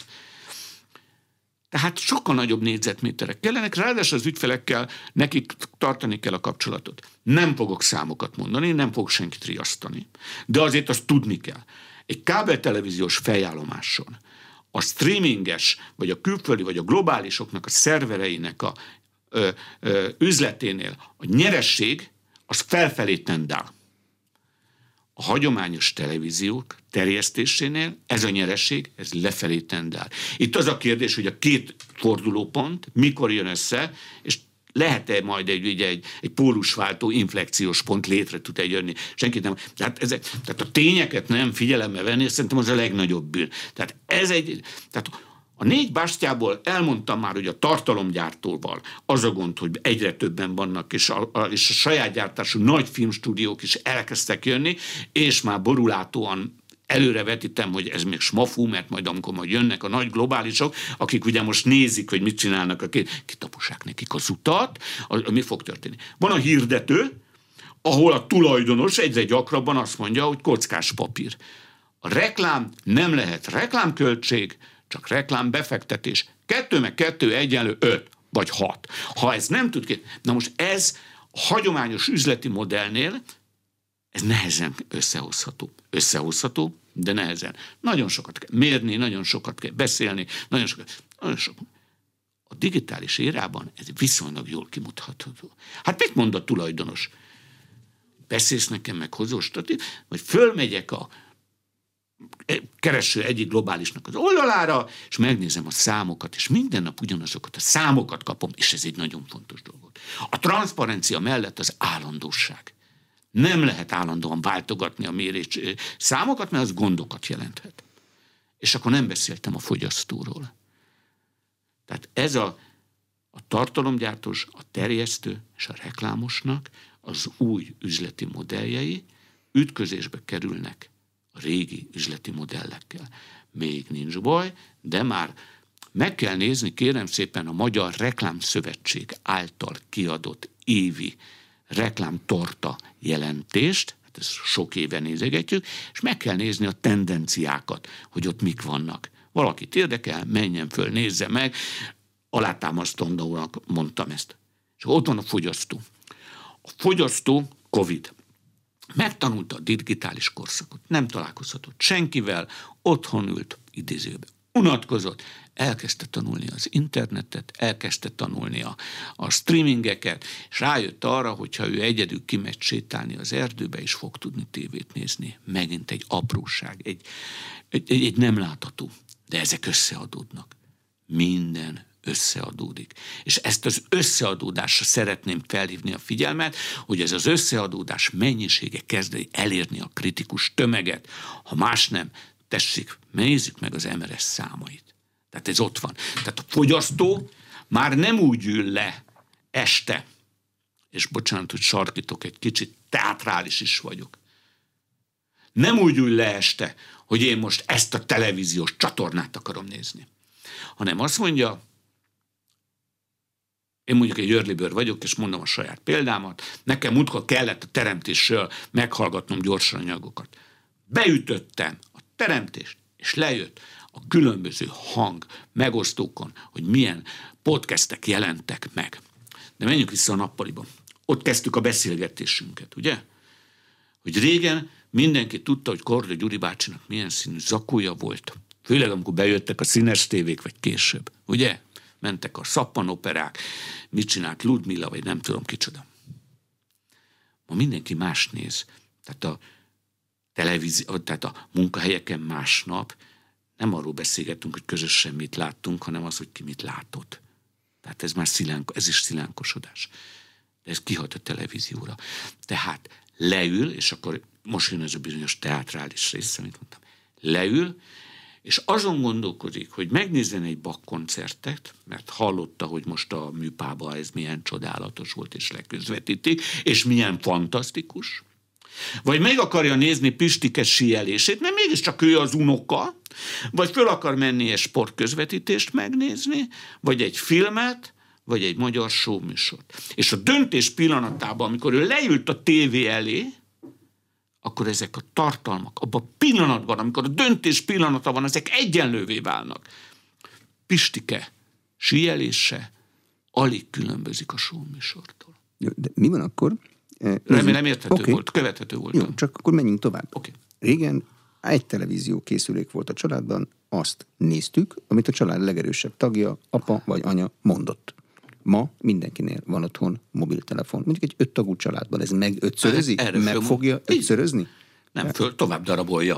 Tehát sokkal nagyobb négyzetméterek kellenek, ráadásul az ügyfelekkel nekik tartani kell a kapcsolatot. Nem fogok számokat mondani, nem fogok senkit riasztani. De azért azt tudni kell. Egy kábeltelevíziós fejállomáson a streaminges, vagy a külföldi, vagy a globálisoknak a szervereinek a üzleténél a nyeresség az felfelé tendál. A hagyományos televíziók terjesztésénél ez a nyeresség, ez lefelé tendál. Itt az a kérdés, hogy a 2 fordulópont mikor jön össze, és lehet-e majd egy pólusváltó inflexiós pont létre tud jönni. Senkit nem. Tehát a tényeket nem figyelembe venni, szerintem az a legnagyobb bűn. Tehát a 4 bástyából elmondtam már, hogy a tartalomgyártóval az a gond, hogy egyre többen vannak, és a saját gyártású nagy filmstúdiók is elkezdtek jönni, és már borulátóan előrevetítem, hogy ez még smafú, mert majd amikor jönnek a nagy globálisok, akik ugye most nézik, hogy mit csinálnak, kitapossák nekik az utat, mi fog történni. Van a hirdető, ahol a tulajdonos egyre gyakrabban azt mondja, hogy kockás papír. A reklám nem lehet reklámköltség, csak reklámbefektetés. 2 × 2 = 5 vagy 6. Ha ez nem tud... Na most ez a hagyományos üzleti modellnél Ez nehezen összehozható. Összehozható, de nehezen. Nagyon sokat kell mérni, nagyon sokat kell beszélni, nagyon sokat. A digitális érában ez viszonylag jól kimutatható. Hát mit mond a tulajdonos? Beszélsz nekem, meg hozóstatív, vagy fölmegyek a kereső egyik globálisnak az oldalára, és megnézem a számokat, és minden nap ugyanazokat a számokat kapom, és ez egy nagyon fontos dolog. A transzparencia mellett az állandóság. Nem lehet állandóan váltogatni a mérés számokat, mert az gondokat jelenthet. És akkor nem beszéltem a fogyasztóról. Tehát ez a tartalomgyártós, a terjesztő és a reklámosnak az új üzleti modelljei ütközésbe kerülnek a régi üzleti modellekkel. Még nincs baj, de már meg kell nézni, kérem szépen, a Magyar Reklámszövetség által kiadott évi reklámtorta jelentést, hát ezt sok éve nézegetjük, és meg kell nézni a tendenciákat, hogy ott mik vannak. Valakit érdekel, menjen föl, nézze meg, alátámasztandónak mondtam ezt. És ott van a fogyasztó. A fogyasztó Covid. Megtanulta a digitális korszakot, nem találkozhatott senkivel, otthon ült, idézőben. Unatkozott, elkezdte tanulni az internetet, elkezdte tanulni a streamingeket, és rájött arra, hogyha ő egyedül kimegy sétálni az erdőbe, és fog tudni tévét nézni. Megint egy apróság, egy nem látható. De ezek összeadódnak. Minden összeadódik. És ezt az összeadódásra szeretném felhívni a figyelmet, hogy ez az összeadódás mennyisége kezd elérni a kritikus tömeget. Ha más nem, tessék, nézzük meg az MRS számait. Tehát ez ott van. Tehát a fogyasztó már nem úgy ül le este, és bocsánat, hogy sarkítok, egy kicsit teátrális is vagyok. Nem úgy ül le este, hogy én most ezt a televíziós csatornát akarom nézni, hanem azt mondja, én mondjuk egy early bird vagyok, és mondom a saját példámat, nekem múltkor kellett a teremtésről meghallgatnom gyorsan anyagokat. Beütöttem a teremtést, és lejött a különböző hang megosztókon, hogy milyen podcastek jelentek meg. De menjünk vissza a nappaliba. Ott kezdtük a beszélgetésünket, ugye? Hogy régen mindenki tudta, hogy Korda Gyuri bácsinak milyen színű zakója volt. Főleg, amikor bejöttek a színes tévék, vagy később, ugye? Mentek a szappanoperák, mit csinált Ludmilla, vagy nem tudom kicsoda. Ma mindenki más néz. Tehát a televízió, tehát a munkahelyeken másnap nem arról beszélgetünk, hogy közösen mit láttunk, hanem az, hogy ki mit látott. Tehát ez már ez is szilánkosodás. De ez kihat a televízióra. Tehát leül, és akkor most jön ez a bizonyos teátrális rész, amit mondtam. Leül, és azon gondolkodik, hogy megnézzen egy Bach koncertet, mert hallotta, hogy most a műpában ez milyen csodálatos volt, és leközvetítik, és milyen fantasztikus. Vagy meg akarja nézni Pistike síelését, mert mégiscsak ő az unoka, vagy föl akar menni egy sportközvetítést megnézni, vagy egy filmet, vagy egy magyar showműsort. És a döntés pillanatában, amikor ő leült a tévé elé, akkor ezek a tartalmak, abban a pillanatban, amikor a döntés pillanata van, ezek egyenlővé válnak. Pistike síelése alig különbözik a showműsortól. De mi van akkor? Remélem érthető volt, követhető volt. Jó, csak akkor menjünk tovább. Okay. Régen egy televízió készülék volt a családban, azt néztük, amit a család legerősebb tagja, apa vagy anya mondott. Ma mindenkinél van otthon mobiltelefon. Mondjuk egy 5 tagú családban ez meg-ötszörözi? Meg fogja ötszörözni? Nem, tovább darabolja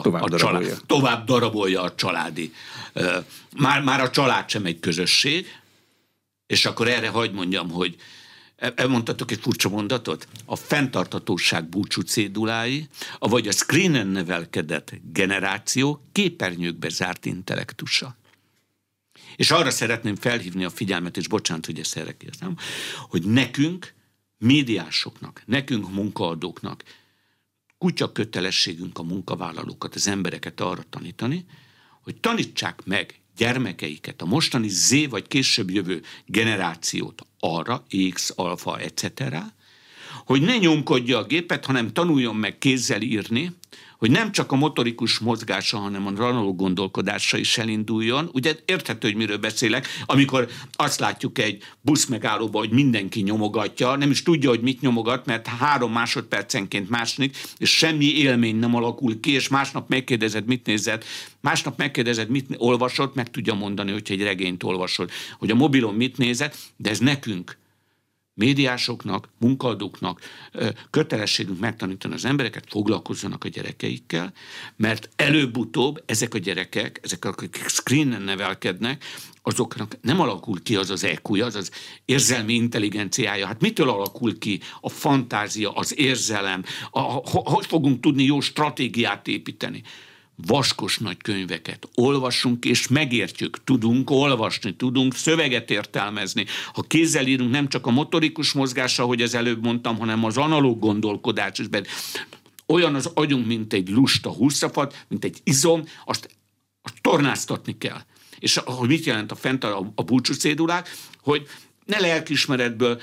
a családi. Már a család sem egy közösség, és akkor erre hagyd mondjam, hogy elmondtatok egy furcsa mondatot? A fenntarthatóság búcsú cédulái, vagy a screenen nevelkedett generáció képernyőkbe zárt intellektusa. És arra szeretném felhívni a figyelmet, és bocsánat, hogy ezt erre kérdezem, hogy nekünk, médiásoknak, nekünk munkaadóknak kutya kötelességünk a munkavállalókat, az embereket arra tanítani, hogy tanítsák meg gyermekeiket, a mostani Z vagy később jövő generációt arra, X, alfa, etc., hogy ne nyomkodja a gépet, hanem tanuljon meg kézzel írni, hogy nem csak a motorikus mozgása, hanem az analóg gondolkodása is elinduljon. Ugye érthető, hogy miről beszélek, amikor azt látjuk egy buszmegállóban, hogy mindenki nyomogatja, nem is tudja, hogy mit nyomogat, mert 3 másodpercenként másnik, és semmi élmény nem alakul ki, és másnap megkérdezed, mit nézed, másnap megkérdezed, mit olvasod, meg tudja mondani, hogyha egy regényt olvasod, hogy a mobilon mit nézed, de ez nekünk, médiásoknak, munkaadóknak kötelességünk megtanítani az embereket, foglalkozzanak a gyerekeikkel, mert előbb-utóbb ezek a gyerekek, ezek, akik screenen nevelkednek, azoknak nem alakul ki az az EQ-ja, az az érzelmi intelligenciája. Hát mitől alakul ki a fantázia, az érzelem, hogy fogunk tudni jó stratégiát építeni? Vaskos nagy könyveket olvassunk, és megértjük, tudunk olvasni, tudunk szöveget értelmezni. Ha kézzel írunk, nem csak a motorikus mozgása, ahogy az előbb mondtam, hanem az analóg gondolkodás is. Olyan az agyunk, mint egy lusta húszafat, mint egy izom, azt tornáztatni kell. És hogy mit jelent a búcsúcédulák, hogy ne lelkiismeretből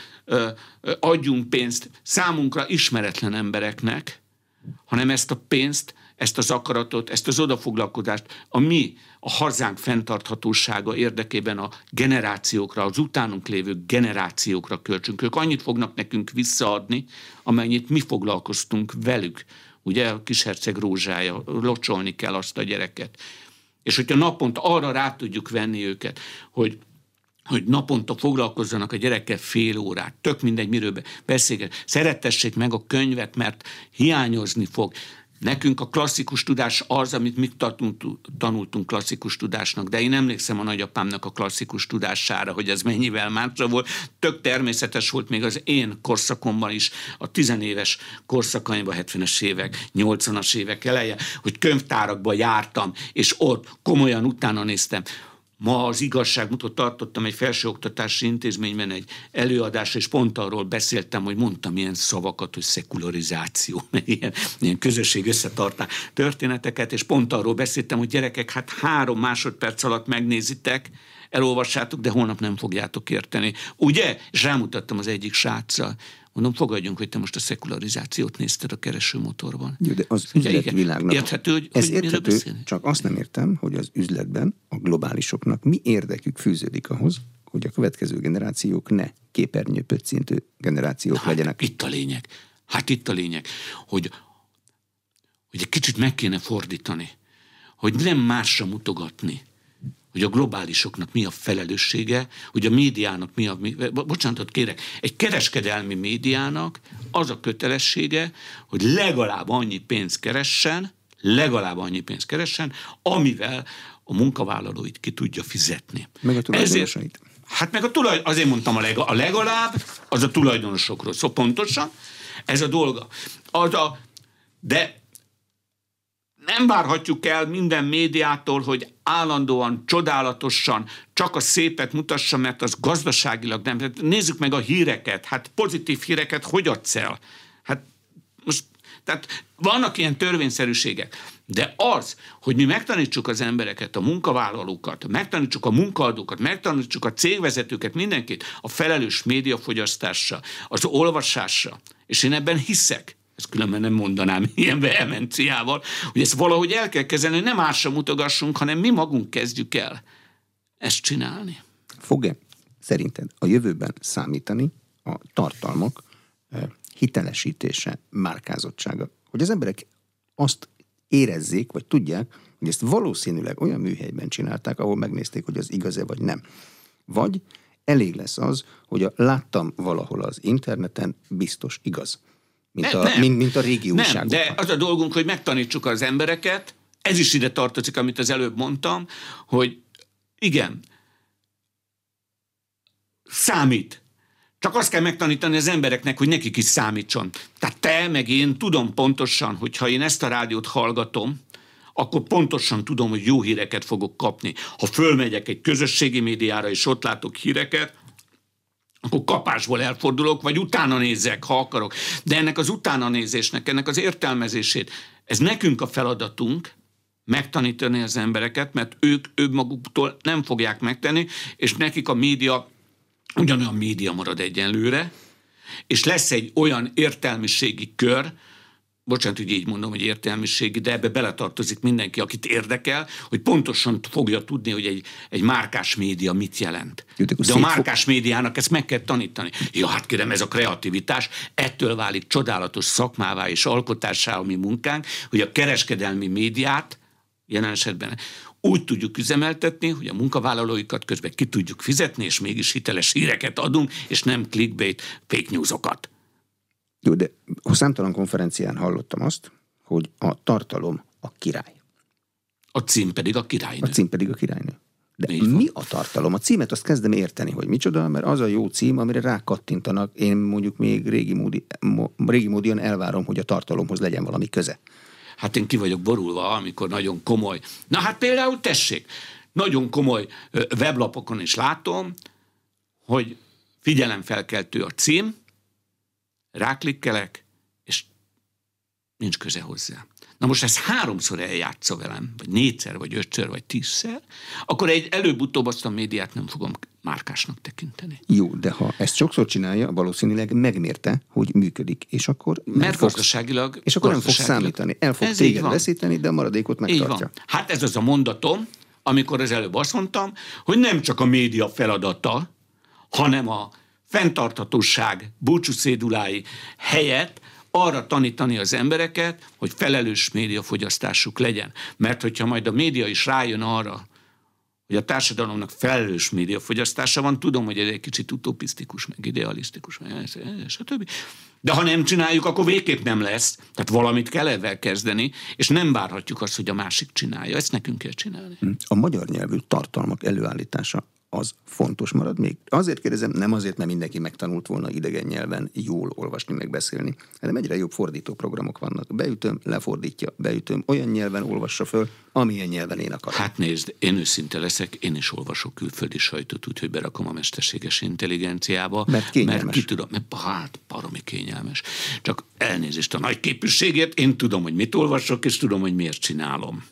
adjunk pénzt számunkra ismeretlen embereknek, hanem ezt a pénzt, ezt az akaratot, ezt az odafoglalkozást a hazánk fenntarthatósága érdekében a generációkra, az utánunk lévő generációkra költsünk. Ők annyit fognak nekünk visszaadni, amennyit mi foglalkoztunk velük. Ugye a kisherceg rózsája, locsolni kell azt a gyereket. És hogyha naponta arra rá tudjuk venni őket, hogy naponta foglalkozzanak a gyerekkel fél órát, tök mindegy, miről beszélget. Szeretessék meg a könyvet, mert hiányozni fog. Nekünk a klasszikus tudás az, amit mi tanultunk klasszikus tudásnak, de én emlékszem a nagyapámnak a klasszikus tudására, hogy ez mennyivel másra volt. Tök természetes volt még az én korszakomban is, a 10 éves korszakaimban, 70-es évek, 80-as évek eleje, hogy könyvtárakba jártam, és ott komolyan utána néztem. Ma az igazságmutat tartottam egy felsőoktatási intézményben egy előadásra, és pont arról beszéltem, hogy mondtam ilyen szavakat, hogy szekularizáció, meg ilyen közösség összetartá történeteket, és pont arról beszéltem, hogy gyerekek, hát 3 másodperc alatt megnézitek, elolvassátok, de holnap nem fogjátok érteni. Ugye? És rámutattam az egyik sráccal. Mondom, fogadjunk, hogy te most a szekularizációt nézted a keresőmotorban. Jó, de az üzletvilágnak... Érthető, hogy ez érthető, csak azt nem értem, hogy az üzletben a globálisoknak mi érdekük fűződik ahhoz, hogy a következő generációk ne képernyőpöccintő generációk legyenek. Itt a lényeg, hogy egy kicsit meg kéne fordítani, hogy nem másra mutogatni, hogy a globálisoknak mi a felelőssége, hogy a médiának bocsánatot kérek, egy kereskedelmi médiának az a kötelessége, hogy legalább annyi pénzt keressen, amivel a munkavállalóit ki tudja fizetni. Meg a tulajdonosait. Azért mondtam a legalább, az a tulajdonosokról. Szóval pontosan ez a dolga. De nem várhatjuk el minden médiától, hogy állandóan, csodálatosan csak a szépet mutassa, mert az gazdaságilag nem. Nézzük meg a híreket, hát pozitív híreket hogy adsz el? Hát most, tehát vannak ilyen törvényszerűségek. De az, hogy mi megtanítsuk az embereket, a munkavállalókat, megtanítsuk a munkaadókat, megtanítsuk a cégvezetőket, mindenkit a felelős médiafogyasztásra, az olvasásra, és én ebben hiszek, ezt különben nem mondanám ilyen vehemenciával, hogy ezt valahogy el kell kezelni, hogy nem másra mutogassunk, hanem mi magunk kezdjük el ezt csinálni. Fog-e szerinted a jövőben számítani a tartalmak hitelesítése, márkázottsága? Hogy az emberek azt érezzék, vagy tudják, hogy ezt valószínűleg olyan műhelyben csinálták, ahol megnézték, hogy az igaz-e vagy nem. Vagy elég lesz az, hogy láttam valahol az interneten, biztos igaz. Mint a régi újságokban. De az a dolgunk, hogy megtanítsuk az embereket, ez is ide tartozik, amit az előbb mondtam, hogy igen, számít. Csak azt kell megtanítani az embereknek, hogy nekik is számítson. Tehát te meg én tudom pontosan, hogy ha én ezt a rádiót hallgatom, akkor pontosan tudom, hogy jó híreket fogok kapni. Ha fölmegyek egy közösségi médiára, és ott látok híreket, akkor kapásból elfordulok, vagy utána nézzek, ha akarok. De ennek az utána nézésnek, ennek az értelmezését, ez nekünk a feladatunk, megtanítani az embereket, mert ők maguktól nem fogják megtenni, és nekik a média ugyanolyan média marad egyenlőre, és lesz egy olyan értelmiségi kör, bocsánat, hogy így mondom, hogy értelmiségi, de ebbe beletartozik mindenki, akit érdekel, hogy pontosan fogja tudni, hogy egy márkás média mit jelent. De a márkás médiának ezt meg kell tanítani. Ja, hát kérem, ez a kreativitás, ettől válik csodálatos szakmává és alkotássá a mi munkánk, hogy a kereskedelmi médiát jelen esetben úgy tudjuk üzemeltetni, hogy a munkavállalóikat közben ki tudjuk fizetni, és mégis hiteles híreket adunk, és nem clickbait, fake newsokat. Jó, de a számtalan konferencián hallottam azt, hogy a tartalom a király. A cím pedig a királynő. A cím pedig a királynő. De mi a tartalom? A címet azt kezdem érteni, hogy micsoda, mert az a jó cím, amire rákattintanak. Én mondjuk még régi módian elvárom, hogy a tartalomhoz legyen valami köze. Hát én ki vagyok borulva, amikor nagyon komoly. Na hát például tessék, nagyon komoly weblapokon is látom, hogy figyelemfelkeltő a cím, ráklikkelek, és nincs köze hozzá. Na most ezt 3-szor eljátsza velem, vagy 4-szer, vagy 5-szer, vagy 10-szer, akkor előbb-utóbb azt a médiát nem fogom márkásnak tekinteni. Jó, de ha ezt sokszor csinálja, valószínűleg megmérte, hogy működik, és akkor nem gazdaságilag... És akkor nem fog számítani. El fog téged veszíteni, de a maradékot megtartja. Hát ez az a mondatom, amikor az előbb azt mondtam, hogy nem csak a média feladata, hanem a fenntarthatóság búcsúszédulái helyett arra tanítani az embereket, hogy felelős médiafogyasztásuk legyen. Mert hogyha majd a média is rájön arra, hogy a társadalomnak felelős médiafogyasztása van, tudom, hogy ez egy kicsit utopisztikus, meg idealisztikus, stb. De ha nem csináljuk, akkor végképp nem lesz. Tehát valamit kell ezzel kezdeni, és nem várhatjuk azt, hogy a másik csinálja. Ezt nekünk kell csinálni. A magyar nyelvű tartalmak előállítása az fontos marad még. Azért kérdezem, nem azért, mert mindenki megtanult volna idegen nyelven jól olvasni, meg beszélni, hanem egyre jobb fordítóprogramok vannak. Beütöm, lefordítja, beütöm, olyan nyelven olvassa föl, amilyen nyelven én akarok. Hát nézd, én őszinte leszek, én is olvasok külföldi sajtót, úgyhogy berakom a mesterséges intelligenciába. Mert kényelmes. Mert ki tudom, hát baromi kényelmes. Csak elnézést a nagy képűségért, én tudom, hogy mit olvasok, és tudom, hogy miért csinálom.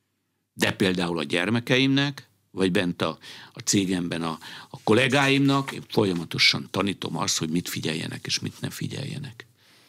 De például a gyermekeimnek, vagy bent a cégemben a kollégáimnak, én folyamatosan tanítom azt, hogy mit figyeljenek, és mit ne figyeljenek.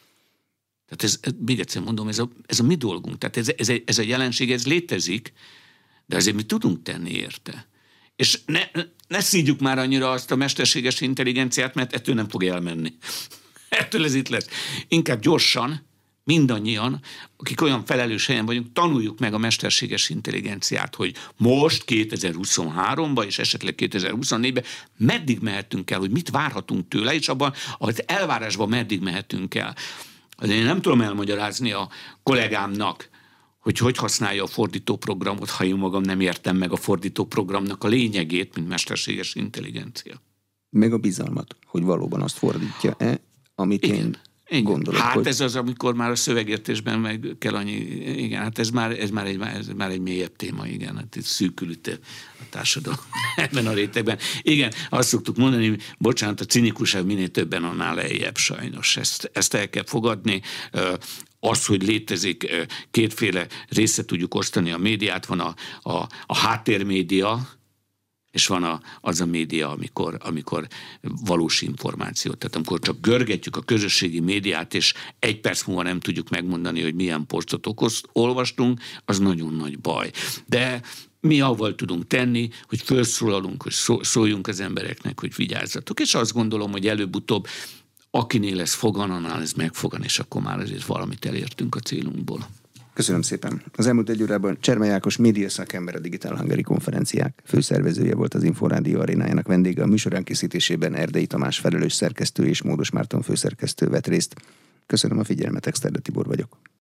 Tehát még egyszer mondom, ez a mi dolgunk. Tehát ez a jelenség, ez létezik, de azért mi tudunk tenni érte. És ne szígyük már annyira azt a mesterséges intelligenciát, mert ettől nem fog elmenni. Ettől ez itt lesz. Inkább gyorsan, mindannyian, akik olyan felelős helyen vagyunk, tanuljuk meg a mesterséges intelligenciát, hogy most 2023-ban és esetleg 2024-ben meddig mehetünk el, hogy mit várhatunk tőle, és abban az elvárásban meddig mehetünk el. Én nem tudom elmagyarázni a kollégámnak, hogy használja a fordítóprogramot, ha én magam nem értem meg a fordítóprogramnak a lényegét, mint mesterséges intelligencia. Meg a bizalmat, hogy valóban azt fordítja-e, amit én gondolok. Hát ez az, amikor már a szövegértésben meg kell annyi, igen, hát ez már egy mélyebb téma, igen, hát itt szűkül itt a társadalom ebben a rétegben. Igen, azt szoktuk mondani, bocsánat, a cinikusabb minél többen annál lejjebb sajnos. Ezt el kell fogadni. Az, hogy létezik, kétféle része tudjuk osztani a médiát, van a háttérmédia, és van az a média, amikor valós információ. Tehát amikor csak görgetjük a közösségi médiát, és 1 perc múlva nem tudjuk megmondani, hogy milyen posztot olvastunk, az nagyon nagy baj. De mi avval tudunk tenni, hogy felszólalunk, hogy szóljunk az embereknek, hogy vigyázzatok. És azt gondolom, hogy előbb-utóbb akinél ez fogan, annál ez megfogan, és akkor már azért valamit elértünk a célunkból. Köszönöm szépen. Az elmúlt 1 órában Csermely Ákos média szakember, a Digital Hungary konferenciák főszervezője volt, az Inforádió arénájának vendége. A műsor készítésében Erdei Tamás felelős szerkesztő és Módos Márton főszerkesztő vett részt. Köszönöm a figyelmet, Exterde Tibor vagyok.